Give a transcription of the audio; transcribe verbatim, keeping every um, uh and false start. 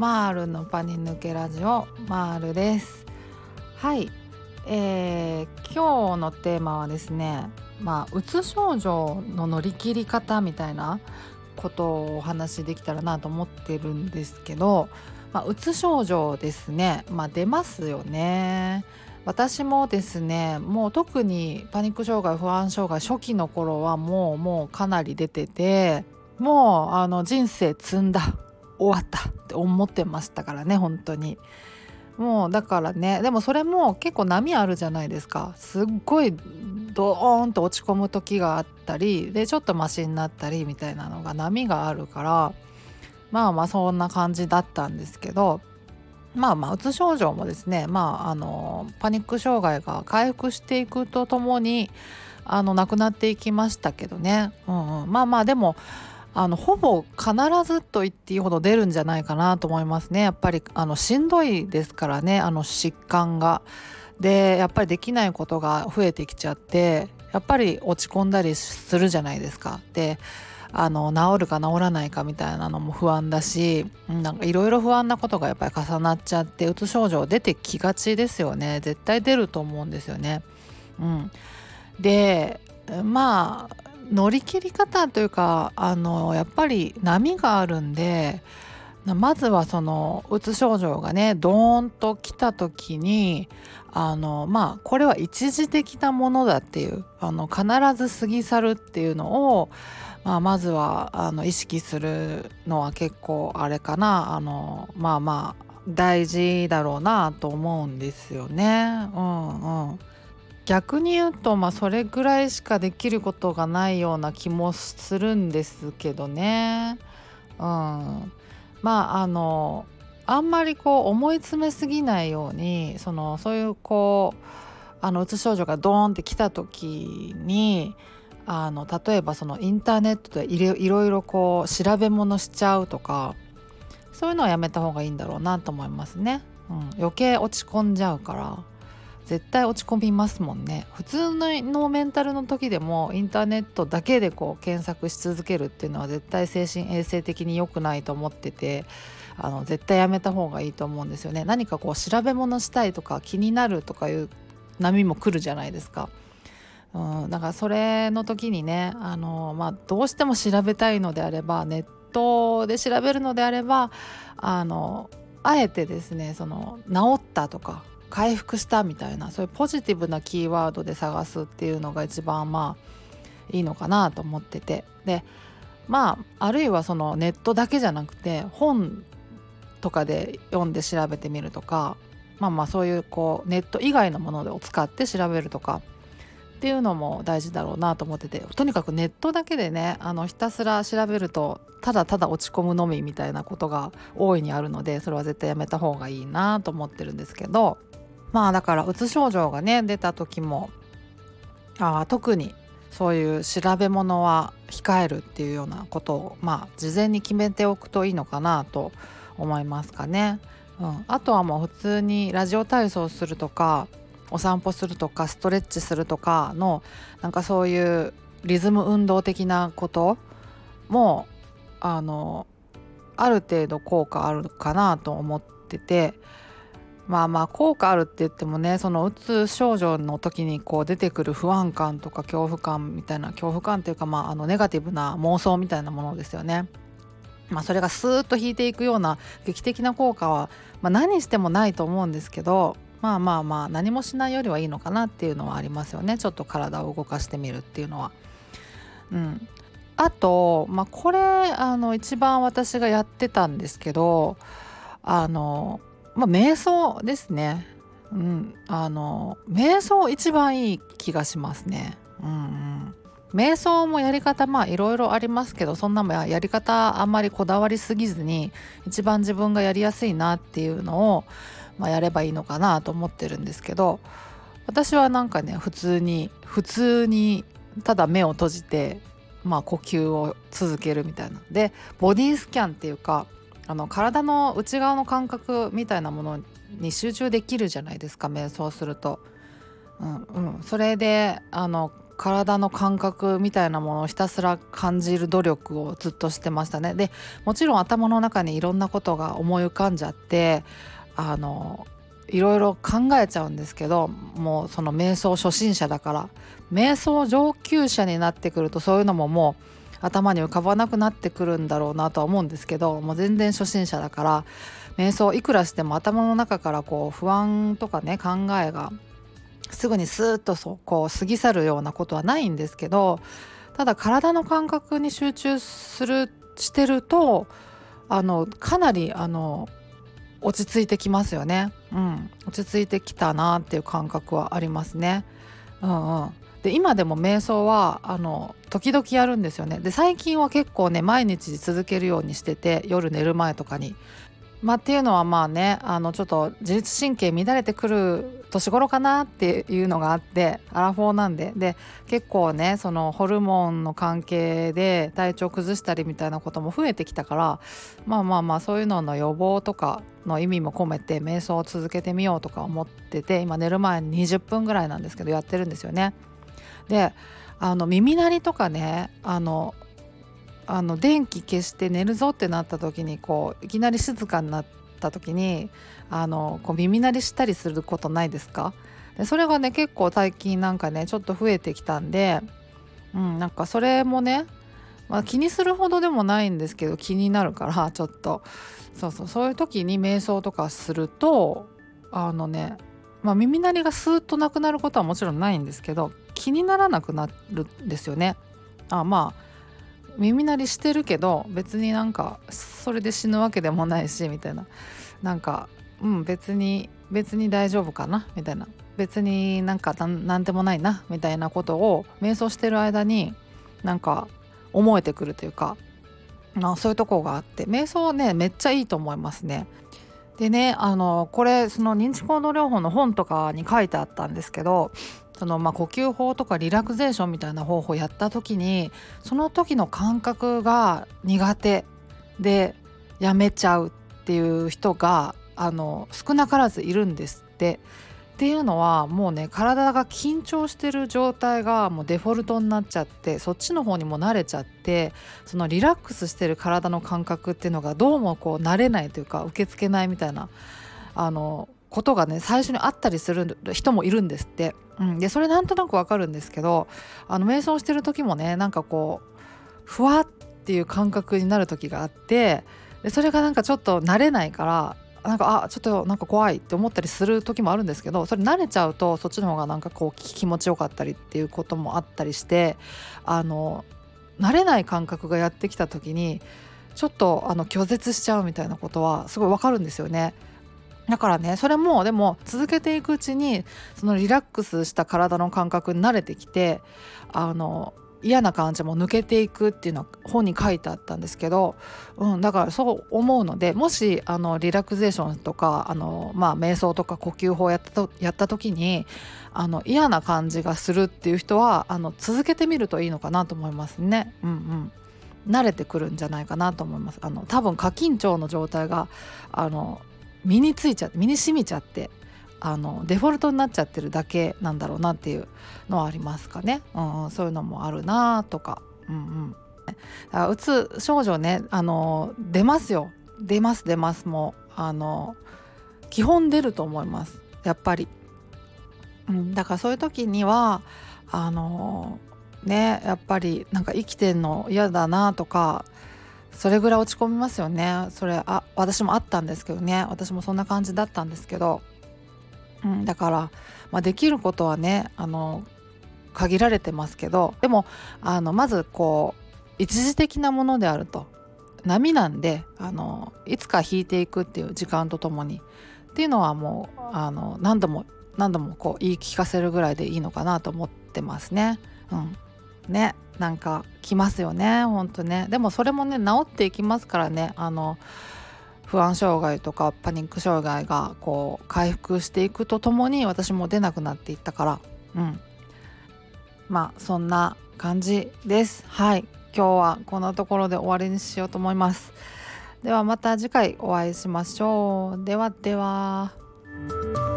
マールのパニ抜けラジオマールです。はい、えー、今日のテーマはですね、まあうつ症状の乗り切り方みたいなことをお話しできたらなと思ってるんですけど、まあ、うつ症状ですね、まあ出ますよね。私もですね、もう特にパニック障害不安障害初期の頃はもうもうかなり出てて、もうあの人生積んだ終わったって思ってましたからね、本当に。もうだからね、でもそれも結構波あるじゃないですか。すっごいドーンと落ち込む時があったりで、ちょっとマシになったりみたいなのが波があるから、まあまあそんな感じだったんですけど、まあまあうつ症状もですね、まああのパニック障害が回復していくとともにあのなくなっていきましたけどね。うんうん、まあまあでもあのほぼ必ずと言っていいほど出るんじゃないかなと思いますね。やっぱりあのしんどいですからね、あの疾患が。でやっぱりできないことが増えてきちゃって、やっぱり落ち込んだりするじゃないですか。であの治るか治らないかみたいなのも不安だし、なんかいろいろ不安なことがやっぱり重なっちゃって、うつ症状出てきがちですよね。絶対出ると思うんですよね。うん、でまあ乗り切り方というか、あのやっぱり波があるんで、まずはそのうつ症状がねドーンと来た時に、あのまあこれは一時的なものだっていう、あの必ず過ぎ去るっていうのを、まあ、まずはあの意識するのは結構あれかな、あのまあまあ大事だろうなと思うんですよね。うんうん。逆に言うと、まあそれぐらいしかできることがないような気もするんですけどね。うん。まああのあんまりこう思い詰めすぎないように、そのそういうこうあのうつ症状がドーンってきた時に、あの例えばそのインターネットでいろいろいろこう調べ物しちゃうとか、そういうのはやめた方がいいんだろうなと思いますね。うん、余計落ち込んじゃうから。絶対落ち込みますもんね。普通のメンタルの時でもインターネットだけでこう検索し続けるっていうのは絶対精神衛生的に良くないと思ってて、あの絶対やめた方がいいと思うんですよね。何かこう調べ物したいとか気になるとかいう波も来るじゃないですか。うん、だからそれの時にね、あの、まあ、どうしても調べたいのであれば、ネットで調べるのであれば、あのあえてですね、その治ったとか回復したみたいな、そういうポジティブなキーワードで探すっていうのが一番まあいいのかなと思ってて、でまああるいはそのネットだけじゃなくて本とかで読んで調べてみるとか、まあまあそういうこうネット以外のものを使って調べるとかっていうのも大事だろうなと思ってて、とにかくネットだけでね、あのひたすら調べるとただただ落ち込むのみみたいなことが大いにあるので、それは絶対やめた方がいいなと思ってるんですけど、まあだからうつ症状がね出た時も、あ特にそういう調べ物は控えるっていうようなことをまあ事前に決めておくといいのかなと思いますかね。うん、あとはもう普通にラジオ体操するとかお散歩するとかストレッチするとかの、なんかそういうリズム運動的なこともあのある程度効果あるかなと思ってて、まあまあ効果あるって言ってもね、そのうつ症状の時にこう出てくる不安感とか恐怖感みたいな、恐怖感っていうか、まああのネガティブな妄想みたいなものですよね。まあそれがスーッと引いていくような劇的な効果は、まあ、何してもないと思うんですけど、まあまあまあ何もしないよりはいいのかなっていうのはありますよね。ちょっと体を動かしてみるっていうのは。うん。あと、まあこれあの一番私がやってたんですけど、あのまあ瞑想ですね。うん、あの瞑想一番いい気がしますね。うんうん。瞑想もやり方まあいろいろありますけど、そんなもやり方あんまりこだわりすぎずに、一番自分がやりやすいなっていうのを、まあ、やればいいのかなと思ってるんですけど、私はなんかね普通に普通にただ目を閉じて、まあ呼吸を続けるみたいなで、ボディスキャンっていうか、あの体の内側の感覚みたいなものに集中できるじゃないですか、瞑想すると。うんうん、それであの体の感覚みたいなものをひたすら感じる努力をずっとしてましたね。でもちろん頭の中にいろんなことが思い浮かんじゃってあのいろいろ考えちゃうんですけど、もうその瞑想初心者だから、瞑想上級者になってくるとそういうのももう頭に浮かばなくなってくるんだろうなとは思うんですけど、もう全然初心者だから瞑想いくらしても頭の中からこう不安とかね考えがすぐにスーッとそうこう過ぎ去るようなことはないんですけど、ただ体の感覚に集中するしてるとあのかなりあの落ち着いてきますよね。うん、落ち着いてきたなっていう感覚はありますね。うんうん。で今でも瞑想はあの時々やるんですよね。で最近は結構ね毎日続けるようにしてて、夜寝る前とかにまあっていうのはまあねあのちょっと自律神経乱れてくる年頃かなっていうのがあって、アラフォーなんでで結構ねそのホルモンの関係で体調崩したりみたいなことも増えてきたから、まあまあまあそういうのの予防とかの意味も込めて瞑想を続けてみようとか思ってて、今寝る前ににじゅっぷんぐらいなんですけどやってるんですよね。であの耳鳴りとかねあのあの電気消して寝るぞってなった時にこういきなり静かになった時にあのこう耳鳴りしたりすることないですか？でそれがね結構最近なんかねちょっと増えてきたんで、うん、なんかそれもね、まあ、気にするほどでもないんですけど気になるからちょっとそうそうそういう時に瞑想とかするとあのね、まあ、耳鳴りがスーッとなくなることはもちろんないんですけど気にならなくなるんですよね。あまあ耳鳴りしてるけど別になんかそれで死ぬわけでもないしみたいな、なんかうん別に別に大丈夫かなみたいな、別になんかなんなんでもないなみたいなことを瞑想してる間になんか思えてくるというか、まあ、そういうとこがあって瞑想ねめっちゃいいと思いますね。でねあのこれその認知行動療法の本とかに書いてあったんですけど、そのまあ呼吸法とかリラクゼーションみたいな方法をやった時にその時の感覚が苦手でやめちゃうっていう人があの少なからずいるんですって。っていうのはもうね体が緊張してる状態がもうデフォルトになっちゃって、そっちの方にも慣れちゃって、そのリラックスしてる体の感覚っていうのがどうもこう慣れないというか受け付けないみたいなあのことがね最初にあったりする人もいるんですって、うん、でそれなんとなくわかるんですけど、あの瞑想してる時もねなんかこうふわっていう感覚になる時があって、でそれがなんかちょっと慣れないからなんかあちょっとなんか怖いって思ったりする時もあるんですけど、それ慣れちゃうとそっちの方がなんかこう気持ちよかったりっていうこともあったりして、あの慣れない感覚がやってきた時にちょっとあの拒絶しちゃうみたいなことはすごいわかるんですよね。だからねそれもでも続けていくうちにそのリラックスした体の感覚に慣れてきて、あの嫌な感じも抜けていくっていうのは本に書いてあったんですけど、うん、だからそう思うので、もしあのリラクゼーションとかあの、まあ、瞑想とか呼吸法やったとやった時にあの嫌な感じがするっていう人はあの続けてみるといいのかなと思いますね。うんうん慣れてくるんじゃないかなと思います。あの多分過緊張の状態があの身についちゃって身に染みちゃってあのデフォルトになっちゃってるだけなんだろうなっていうのはありますかね、うんうん、そういうのもあるなとか、うんうん、だからうつ症状ねあの出ますよ出ます出ますもうあの基本出ると思いますやっぱり、うん、だからそういう時にはあのねやっぱりなんか生きてんの嫌だなとかそれぐらい落ち込みますよね。それあ私もあったんですけどね、私もそんな感じだったんですけど、うん、だから、まあ、できることはねあの限られてますけど、でもあのまずこう一時的なものであると、波なんであのいつか引いていくっていう時間とともにっていうのはもうあの何度も何度もこう言い聞かせるぐらいでいいのかなと思ってますね。うんねなんか来ますよねほんとね。でもそれもね治っていきますからね。あの不安障害とかパニック障害がこう回復していくとともに私も出なくなっていったから、うんまあそんな感じです。はい、今日はこんなところで終わりにしようと思います。ではまた次回お会いしましょう。ではでは。